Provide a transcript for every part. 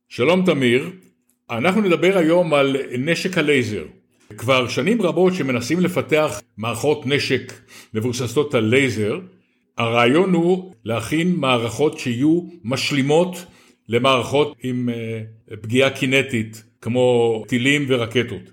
שלום תמיר, אנחנו נדבר היום על נשק הלייזר. כבר שנים רבות שמנסים לפתח מערכות נשק מבוססות על לייזר. הרעיון הוא להכין מערכות שיהיו משלימות למערכות עם פגיעה קינטית כמו טילים ורקטות.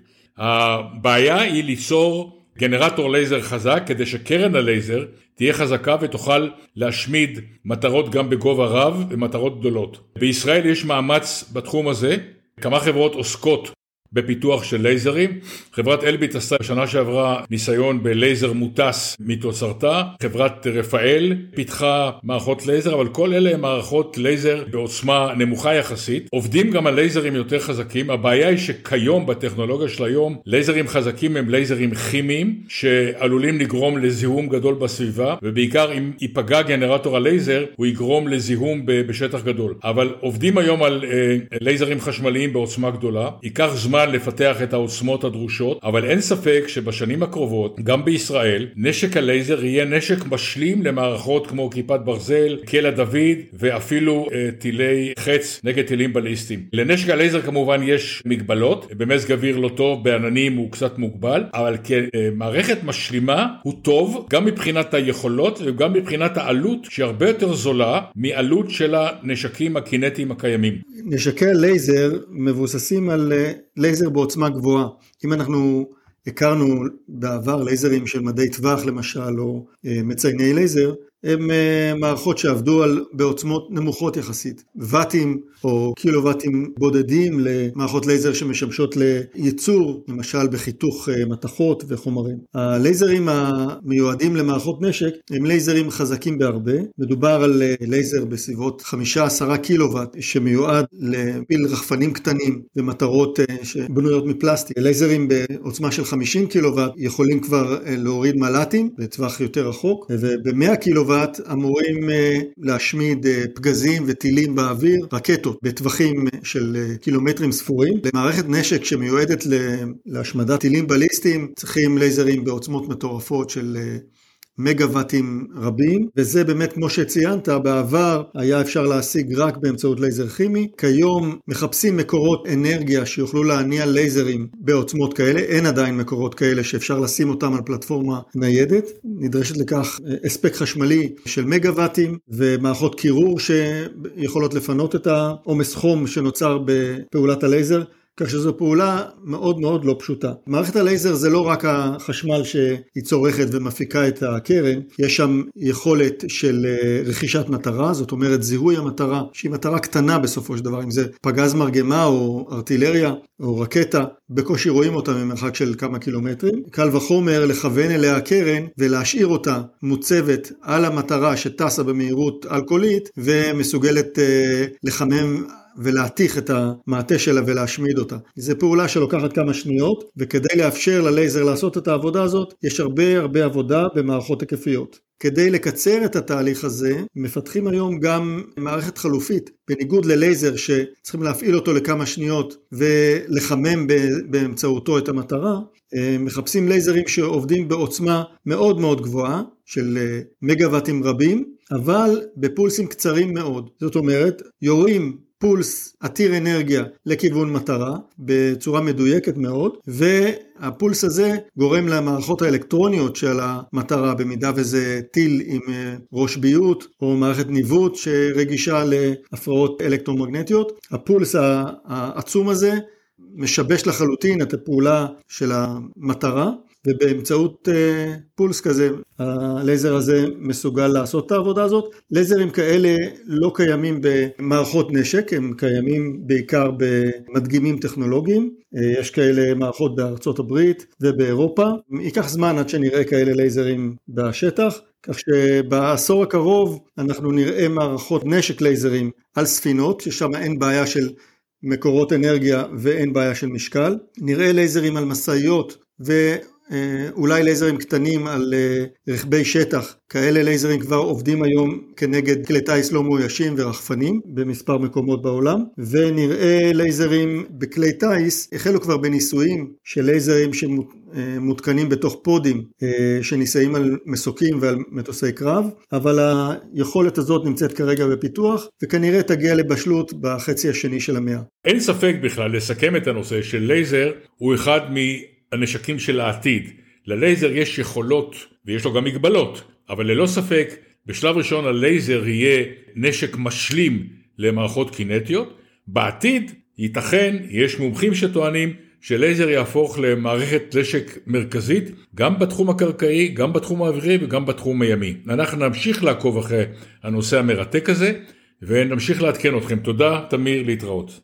הבעיה היא ליצור גנרטור לייזר חזק כדי שקרן הלייזר תהיה חזקה ותוכל להשמיד מטרות גם בגובה רב ומטרות גדולות. בישראל יש מאמץ בתחום הזה, כמה חברות עוסקות בפיתוח של לייזרים. חברת אלביט עשתה בשנה שעברה ניסיון בלייזר מוטס מתוצרתה, חברת רפאל פיתחה מערכות לייזר, אבל כל אלה הם מערכות לייזר בעוצמה נמוכה יחסית. עובדים גם על לייזרים יותר חזקים. הבעיה היא שכיום בטכנולוגיה של היום לייזרים חזקים הם לייזרים כימיים שעלולים לגרום לזיהום גדול בסביבה, ובעיקר אם ייפגע גנרטור הלייזר הוא יגרום לזיהום בשטח גדול. אבל עובדים היום על לייזרים חשמליים בעוצמה גדולה. ייקח זמן לפתח את העוצמות הדרושות, אבל אין ספק שבשנים הקרובות, גם בישראל, נשק הלייזר יהיה נשק משלים למערכות כמו כיפת ברזל, קלע דוד, ואפילו טילי חץ נגד טילים בליסטיים. לנשק הלייזר כמובן יש מגבלות, במזג אוויר לא טוב, בעננים הוא קצת מוגבל, אבל כמערכת משלימה הוא טוב, גם מבחינת היכולות וגם מבחינת העלות, שהיא הרבה יותר זולה מעלות של הנשקים הקינטיים הקיימים. נשקי הלייזר מבוססים על לייזר בעוצמה גבוהה. אם אנחנו הכרנו בעבר לייזרים של מדי טווח למשל, או מצייני לייזר, הם מערכות שעבדו בעוצמות נמוכות יחסית. וטים או קילוואטים בודדים למערכות לייזר שמשמשות לייצור, למשל בחיתוך מתכות וחומרים. הלייזרים המיועדים למערכות נשק הם לייזרים חזקים בהרבה. מדובר על לייזר בסביבות 5-10 קילוואט שמיועד להפיל רחפנים קטנים ומטרות שבנויות מפלסטיק. לייזרים בעוצמה של 50 קילוואט יכולים כבר להוריד מל"טים בטווח יותר רחוק, וב-100 קילוואט אמורים להשמיד פגזים וטילים באוויר, רקטות בטווחים של קילומטרים ספורים. למערכת נשק שמיועדת להשמדת טילים בליסטיים צריכים לייזרים בעוצמות מטורפות של מגוואטים רבים, וזה באמת כמו שציינת, בעבר היה אפשר להשיג רק באמצעות לייזר כימי. כיום מחפשים מקורות אנרגיה שיוכלו להניע לייזרים בעוצמות כאלה. אין עדיין מקורות כאלה שאפשר לשים אותם על פלטפורמה ניידת. נדרשת לכך הספק חשמלי של מגוואטים ומערכות קירור שיכולות לפנות את העומס חום שנוצר בפעולת הלייזר, כך שזו פעולה מאוד מאוד לא פשוטה. מערכת הלייזר זה לא רק החשמל שהיא צורכת ומפיקה את הקרן, יש שם יכולת של רכישת מטרה, זאת אומרת זיהוי המטרה, שהיא מטרה קטנה בסופו של דבר, אם זה פגז מרגמה או ארטילריה או רקטה, בקושי רואים אותה ממרחק של כמה קילומטרים. קל וחומר לכוון אליה הקרן ולהשאיר אותה מוצבת על המטרה שטסה במהירות אלכוהולית ומסוגלת לחמם ולהתיך את המעטה שלה ולהשמיד אותה. זו פעולה שלוקחת כמה שניות, וכדי לאפשר ללייזר לעשות את העבודה הזאת, יש הרבה עבודה במערכות היקפיות. כדי לקצר את התהליך הזה, מפתחים היום גם מערכת חלופית, בניגוד ללייזר שצריכים להפעיל אותו לכמה שניות ולחמם באמצעותו את המטרה, מחפשים לייזרים שעובדים בעוצמה מאוד מאוד גבוהה, של מגוואטים רבים, אבל בפולסים קצרים מאוד. זאת אומרת, יורים פולס עתיר אנרגיה לכיוון מטרה בצורה מדויקת מאוד, והפולס הזה גורם למערכות האלקטרוניות של המטרה, במידה וזה טיל עם ראש ביות או מערכת ניווט שרגישה להפרעות אלקטרומגנטיות. הפולס העצום הזה משבש לחלוטין את הפעולה של המטרה, ובאמצעות פולס כזה, הלייזר הזה מסוגל לעשות את העבודה הזאת. לייזרים כאלה לא קיימים במערכות נשק, הם קיימים בעיקר במדגימים טכנולוגיים. יש כאלה מערכות בארצות הברית ובאירופה. ייקח זמן עד שנראה כאלה לייזרים בשטח, כך שבעשור הקרוב אנחנו נראה מערכות נשק לייזרים על ספינות, ששם אין בעיה של מקורות אנרגיה ואין בעיה של משקל. נראה לייזרים על מסעיות אולי לייזרים קטנים על רכבי שטח, כאלה לייזרים כבר עובדים היום כנגד כלי טיס לא מאוישים ורחפנים במספר מקומות בעולם, ונראה לייזרים בכלי טיס החלו כבר בניסויים של לייזרים שמותקנים בתוך פודים שניסעים על מסוקים ועל מטוסי קרב, אבל היכולת הזאת נמצאת כרגע בפיתוח וכנראה תגיע לבשלות בחצי השני של המאה. אין ספק בכלל לסכם את הנושא של לייזר הוא אחד הנשקים של העתיד. ללייזר יש יכולות ויש לו גם מגבלות, אבל ללא ספק בשלב ראשון הלייזר יהיה נשק משלים למערכות קינטיות. בעתיד ייתכן, יש מומחים שטוענים שלייזר יהפוך למערכת נשק מרכזית גם בתחום הקרקעי, גם בתחום האווירי וגם בתחום הימי. אנחנו נמשיך לעקוב אחרי הנושא המרתק הזה ונמשיך לעדכן אתכם. תודה תמיר, להתראות.